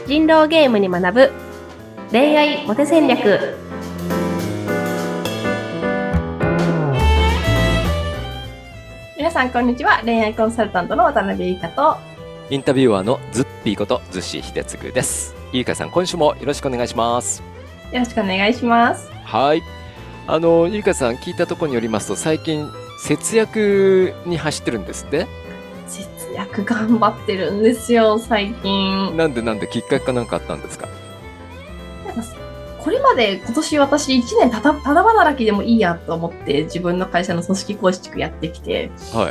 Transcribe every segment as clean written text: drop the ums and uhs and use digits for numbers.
人狼ゲームに学ぶ恋愛モテ戦略。皆さんこんにちは。恋愛コンサルタントの渡辺優香とインタビュアーのズッピーことズッシー秀嗣です。優香さん、今週もよろしくお願いします。 よろしくお願いします。 はい。優香さん、聞いたところによりますと、最近節約に走ってるんですって。 節約頑張ってるんですよ、最近。 なんできっかけかなんかあったんですか？ これまで今年私1年ただ働きでもいいやと思って自分の会社の組織構築やってきて、 はい。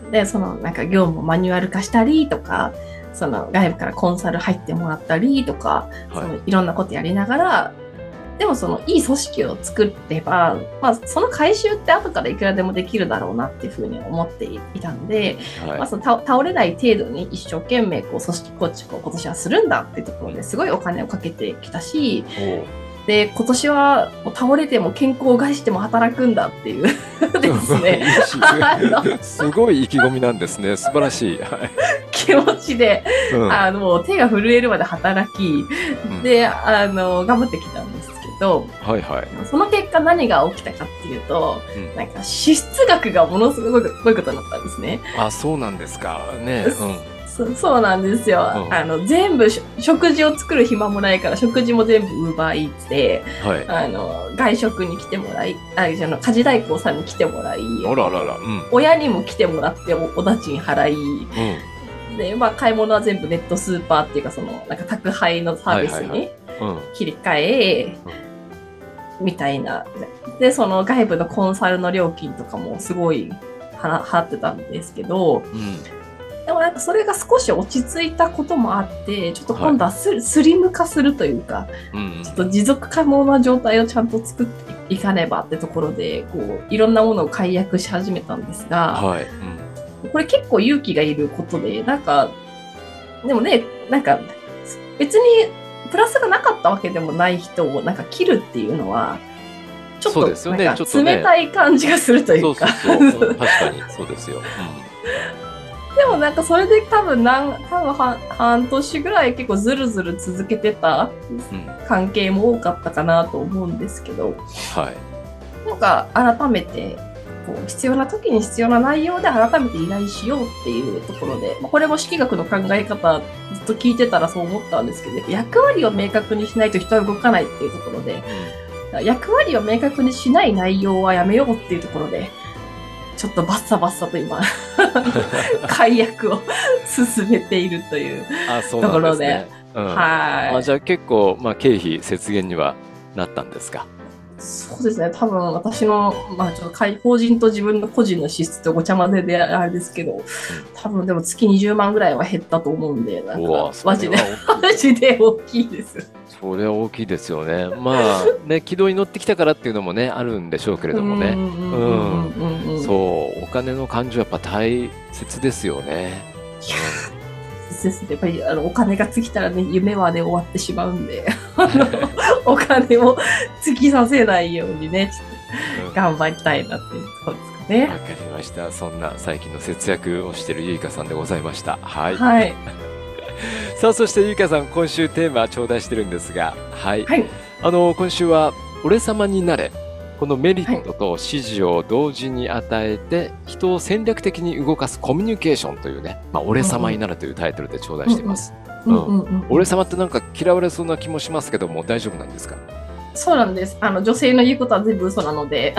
で、なんか業務をマニュアル化したりとか、外部からコンサル入ってもらったりとか、 はい、 いろんなことやりながら、でもいい組織を作れば、その回収って後からいくらでもできるだろうなっていうふうに思っていたんで、 はい、 倒れない程度に一生懸命組織構築を今年はするんだっていうところですごいお金をかけてきたし、で、今年は倒れても健康を害しても働くんだっていうですねすごい意気込みなんですね。素晴らしい、はい、 気持ちで、もう手が震えるまで働き、で、頑張ってきたんですけど、 はいはい、 その結果何が起きたかっていうと、なんか支出額がものすごいことになったんですね。 あ、そうなんですかね。 そうなんですよ。全部食事を作る暇もないから食事も全部Uber Eatsで、はい、外食に来てもらい、家事代行さんに来てもらい、親にも来てもらってお家賃払い、で、買い物は全部ネットスーパーっていうかなんか宅配のサービスに切り替え、みたいな。で、外部のコンサルの料金とかもすごい払ってたんですけど、でもなんかそれが少し落ち着いたこともあって、ちょっと今度はスリム化するというか、ちょっと持続可能な状態をちゃんと作っていかねばってところで、いろんなものを解約し始めたんですが、これ結構勇気がいることで、なんか、でもね、なんか別にプラスがなかったわけでもない人をなんか切るっていうのは、ちょっとなんか冷たい感じがするというか。 確かにそうですよ。 でもなんかそれで多分半年ぐらい結構ずるずる続けてた関係も多かったかなと思うんですけど、なんか改めて必要な時に必要な内容で改めて依頼しようっていうところで、これも式学の考え方ずっと聞いてたらそう思ったんですけど、役割を明確にしないと人は動かないっていうところで、役割を明確にしない内容はやめようっていうところで、ちょっとバッサバッサと今解約を進めているというところで、はい。 じゃあ結構経費節減にはなったんですか？ そうですね。多分私のちょっと法人と自分の個人の支出とごちゃ混ぜであれですけど、多分でも月20万ぐらいは減ったと思うんで、なんかマジで大きいです。 それは大きいですよね。軌道に乗ってきたからっていうのもねあるんでしょうけれどもね。そう、お金の感情やっぱ大切ですよね。 やっぱりお金が尽きたらね、夢はね終わってしまうんでお金を尽きさせないようにね、ちょっと頑張りたいなっていうところですかね。 わかりました。そんな最近の節約をしているゆいかさんでございました。はい。さあ、そしてゆいかさん、今週テーマ頂戴してるんですが、今週は俺様になれ。このメリットと指示を同時に与えて人を戦略的に動かすコミュニケーションというね、俺様になるというタイトルで頂戴しています。俺様ってなんか嫌われそうな気もしますけども、大丈夫なんですか？ そうなんです。女性の言うことは全部嘘なので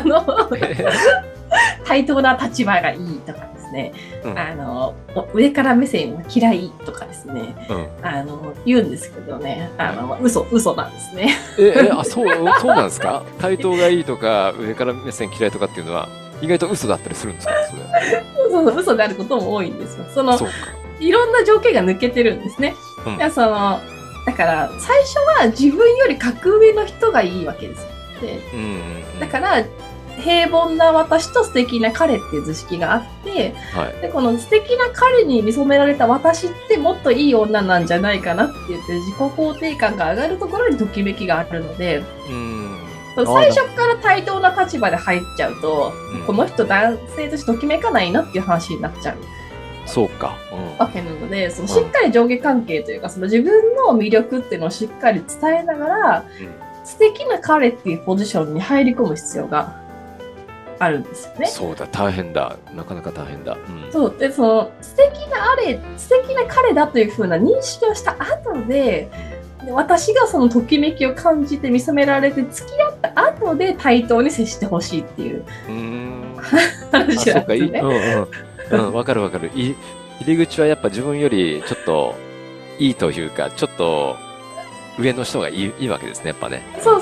対等な立場がいいとかですね、上から目線は嫌いとかですね、言うんですけどね、嘘なんですね。 そうなんですか？対等がいいとか上から目線嫌いとかっていうのは意外と嘘だったりするんですか？ 嘘であることも多いんですよ。いろんな条件が抜けてるんですね。だから最初は自分より格上の人がいいわけですよ。だから平凡な私と素敵な彼っていう図式があって、でこの素敵な彼に見初められた私ってもっといい女なんじゃないかなって言って自己肯定感が上がるところにときめきがあるので、最初から対等な立場で入っちゃうと、この人男性としてときめかないなっていう話になっちゃう。 そうか。 わけなので、そのしっかり上下関係というか、その自分の魅力っていうのをしっかり伝えながら、素敵な彼っていうポジションに入り込む必要があるんですよね。 そうだ、大変だ。なかなか大変だ。 そう。で、その素敵な彼だというふうな認識をした後で、私がそのときめきを感じて見初められて付き合った後で対等に接してほしいっていう話なんですね。 わかるわかる。入り口はやっぱ自分よりちょっといいというか、ちょっと上の人がいいわけですね、やっぱね。 そう。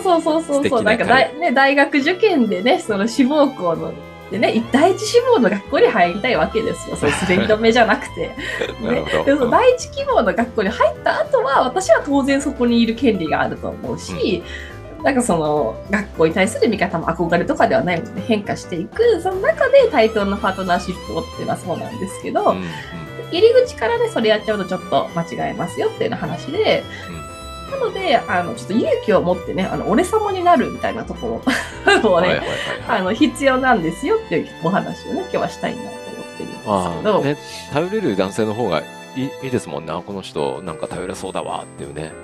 なんか大学受験でね、その志望校のでね、第一志望の学校に入りたいわけですよ。そういう滑り止めじゃなくて。でその第一希望の学校に入った後は、私は当然そこにいる権利があると思うし、なんかその学校に対する見方も憧れとかではないので変化していく、その中で対等のパートナーシップをっていうのはそうなんですけど、入り口からね、それやっちゃうとちょっと間違えますよっていうような話で、なので、ちょっと勇気を持ってね、俺様になるみたいなところをね、必要なんですよっていうお話をね、今日はしたいなと思ってるんですけど。 ね、頼れる男性の方がいいですもんな、この人なんか頼れそうだわっていうね。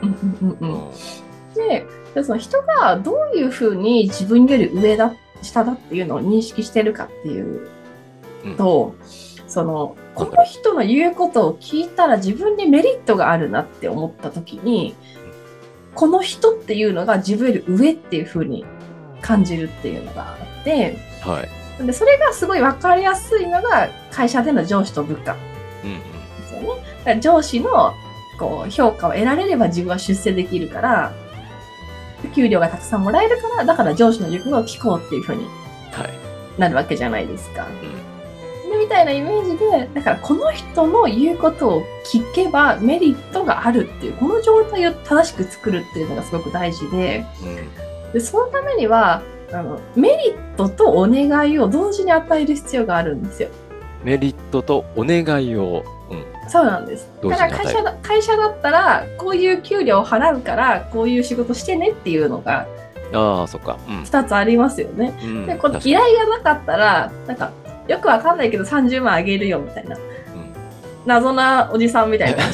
で、その人がどういうふうに自分より上だ、下だっていうのを認識してるかっていうと、この人の言うことを聞いたら自分にメリットがあるなって思った時に、この人っていうのが自分より上っていう風に感じるっていうのがあって、でそれがすごい分かりやすいのが会社での上司と部下ですよね。だから上司のこう評価を得られれば自分は出世できるから、給料がたくさんもらえるから、だから上司の言うことを聞こうっていう風になるわけじゃないですか。みたいなイメージで、だからこの人の言うことを聞けばメリットがあるっていう、この状態を正しく作るっていうのがすごく大事で、でそのためにはメリットとお願いを同時に与える必要があるんですよ。 メリットとお願いを、 そうなんです。だから会社だったらこういう給料を払うからこういう仕事してねっていうのがそっか、 2つありますよね。でこの依頼がなかったらなんかよくわかんないけど30万あげるよみたいな、謎なおじさんみたいな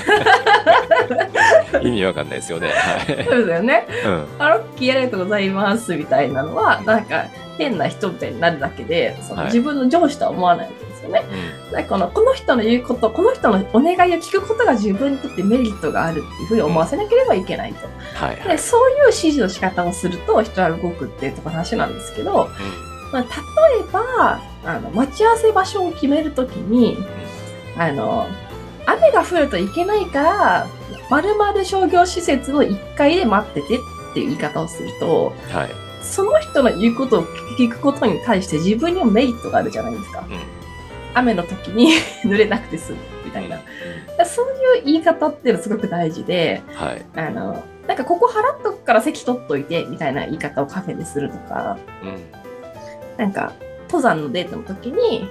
意味わかんないですよね。 そうですよね。あらっきーありがとうございますみたいなのはなんか変な人みたいになるだけで、自分の上司とは思わないわけですよね。この人の言うこと、この人のお願いを聞くことが自分にとってメリットがあるっていうふうに思わせなければいけないと。でそういう指示の仕方をすると人は動くっていう話なんですけど、例えば待ち合わせ場所を決めるときに雨が降るといけないから〇〇商業施設の1階で待っててっていう言い方をすると、その人の言うことを聞くことに対して自分にもメリットがあるじゃないですか。雨の時に濡れなくて済むみたいな、そういう言い方っていうのはすごく大事で、なんかここ払っとくから席取っといてみたいな言い方をカフェでするとか、なんか登山のデートの時に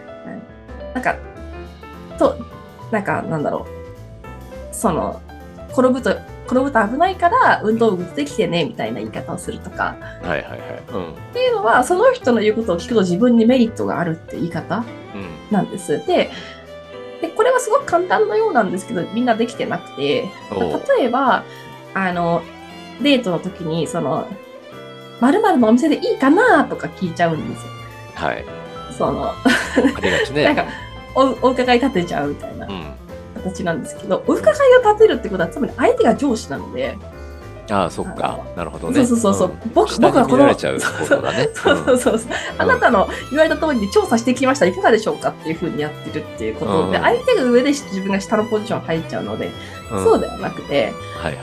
なんだろう、転ぶと危ないから運動靴できてねみたいな言い方をするとか、っていうのはその人の言うことを聞くと自分にメリットがあるっていう言い方なんです。でこれはすごく簡単なようなんですけどみんなできてなくて、例えばデートの時に〇〇のお店でいいかなとか聞いちゃうんですよ。なんかお伺い立てちゃうみたいな形なんですけど、お伺いを立てるってことはつまり相手が上司なので、 そっか、なるほどね。 僕はこのあなたの言われた通りに調査してきましたいかがでしょうかっていうふうにやってるっていうことで、相手が上で自分が下のポジション入っちゃうので、そうではなくて、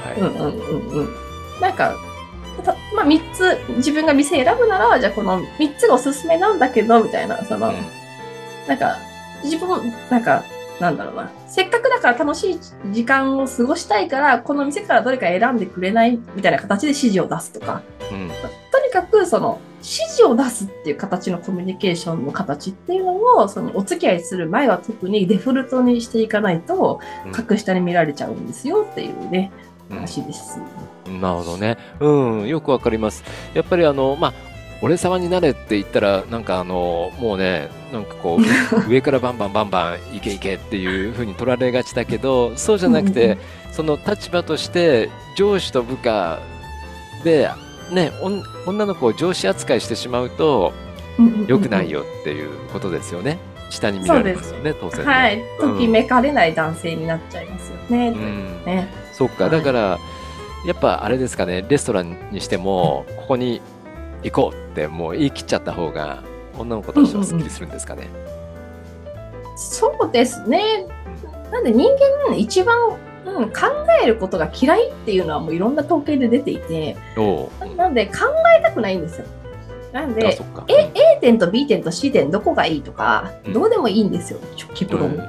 なんか3つ自分が店選ぶならじゃあこの3つがおすすめなんだけどみたいな、なんか自分なんだろうな、せっかくだから楽しい時間を過ごしたいからこの店からどれか選んでくれないみたいな形で指示を出すとか、とにかく指示を出すっていう形のコミュニケーションの形っていうのをお付き合いする前は特にデフォルトにしていかないと格下に見られちゃうんですよっていうね、話です。 なるほどね。よくわかります。やっぱり俺様になれって言ったら、なんかもうね、なんかこう、上からバンバンバンバンいけいけっていう風に取られがちだけど、そうじゃなくて、その立場として上司と部下で、ね、女の子を上司扱いしてしまうと、良くないよっていうことですよね。下に見られますよね、当然ね。 はい。ときめかれない男性になっちゃいますよね。 そっか、だから、やっぱあれですかね、レストランにしても、ここに行こうってもう言い切っちゃった方が、女の子としてはスッキリするんですかね。 そうですね。なんで人間一番、考えることが嫌いっていうのはもういろんな統計で出ていて、なんで考えたくないんですよ。なんで、A 点と B 点と C 点どこがいいとか、どうでもいいんですよ、キプロも。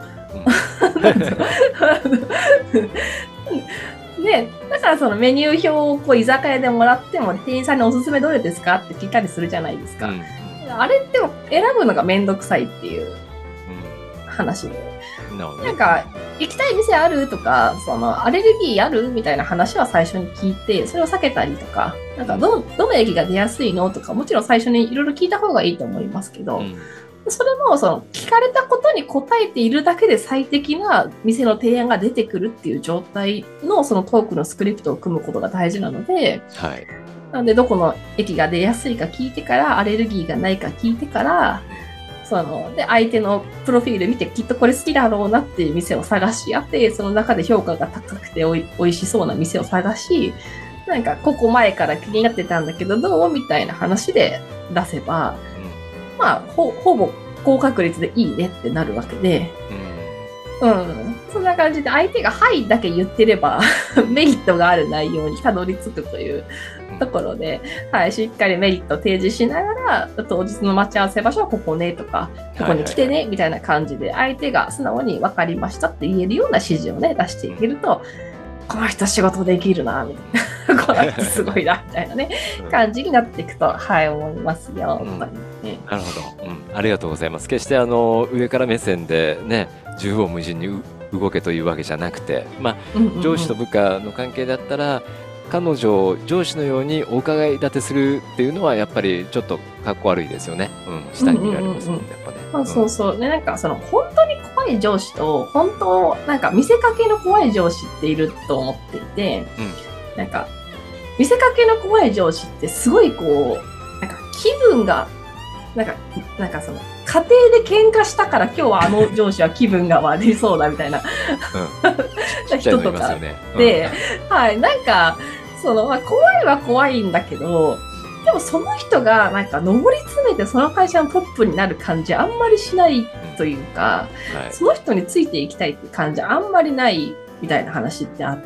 で、だからそのメニュー表をこう居酒屋でもらっても、店員さんにおすすめどれですかって聞いたりするじゃないですか。あれって選ぶのがめんどくさいっていう話で。なんか、行きたい店あるとか、そのアレルギーあるみたいな話は最初に聞いて、それを避けたりとか、なんかどの駅が出やすいのとか、もちろん最初にいろいろ聞いた方がいいと思いますけど、それもその聞かれたことに答えているだけで最適な店の提案が出てくるっていう状態のそのトークのスクリプトを組むことが大事なので、なのでどこの駅が出やすいか聞いてから、アレルギーがないか聞いてから、で、相手のプロフィール見てきっとこれ好きだろうなっていう店を探し合って、その中で評価が高くておいしそうな店を探し、なんかここ前から気になってたんだけどどうみたいな話で出せば、まあ、ほぼ高確率でいいねってなるわけで、そんな感じで相手がはいだけ言ってればメリットがある内容にたどり着くというところで、はい、しっかりメリットを提示しながら、当日の待ち合わせ場所はここねとか、ここに来てねみたいな感じで、相手が素直に分かりましたって言えるような指示をね、出していけると、この人仕事できるな、みたいな。この人すごいな、みたいなね、感じになっていくと、はい、思いますよ。 なるほど。ありがとうございます。決して上から目線でね、縦横無尽に動けというわけじゃなくて、まあ、上司と部下の関係だったら、彼女を上司のようにお伺い立てするっていうのはやっぱりちょっとかっこ悪いですよね。下に見られますもんね、やっぱね。 そう。で、なんか本当に怖い上司と、本当、なんか見せかけの怖い上司っていると思っていて、なんか、見せかけの怖い上司ってすごいこう、なんか気分が、なんか家庭で喧嘩したから今日は上司は気分が悪いそうだみたいな、人とかで、はい、なんか、まあ、怖いは怖いんだけど、でもその人がなんか上り詰めてその会社のトップになる感じあんまりしないというか、その人についていきたいって感じあんまりないみたいな話ってあって、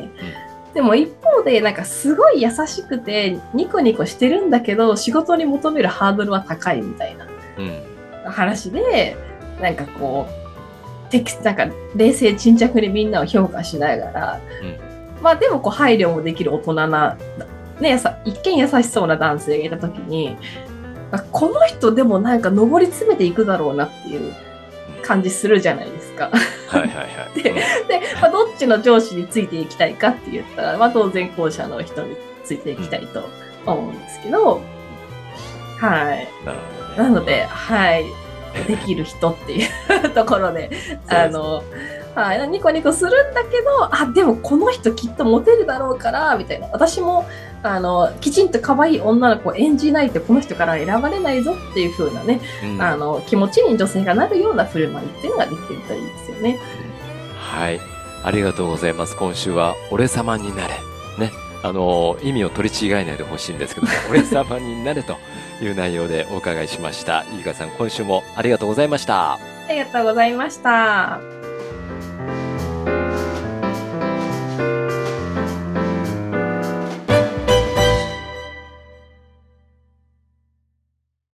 でも一方でなんかすごい優しくてニコニコしてるんだけど仕事に求めるハードルは高いみたいな話で、なんかこうなんか冷静沈着にみんなを評価しながら、まあでもこう配慮もできる大人な、ね、一見優しそうな男性がいたときに、この人でもなんか上り詰めていくだろうなっていう感じするじゃないですか。で、まあ、どっちの上司についていきたいかって言ったら、まあ、当然後者の人についていきたいと思うんですけど、はい。なので、はい。できる人っていうところで、はい、ニコニコするんだけど、でもこの人きっとモテるだろうから、みたいな。私も、きちんと可愛い女の子を演じないとこの人から選ばれないぞっていう風なね、気持ちに女性がなるような振る舞いっていうのができてるといいですよね。 はい。ありがとうございます。今週は、俺様になれ。ね。意味を取り違えないでほしいんですけども、俺様になれという内容でお伺いしました。ゆりかさん、今週もありがとうございました。 ありがとうございました。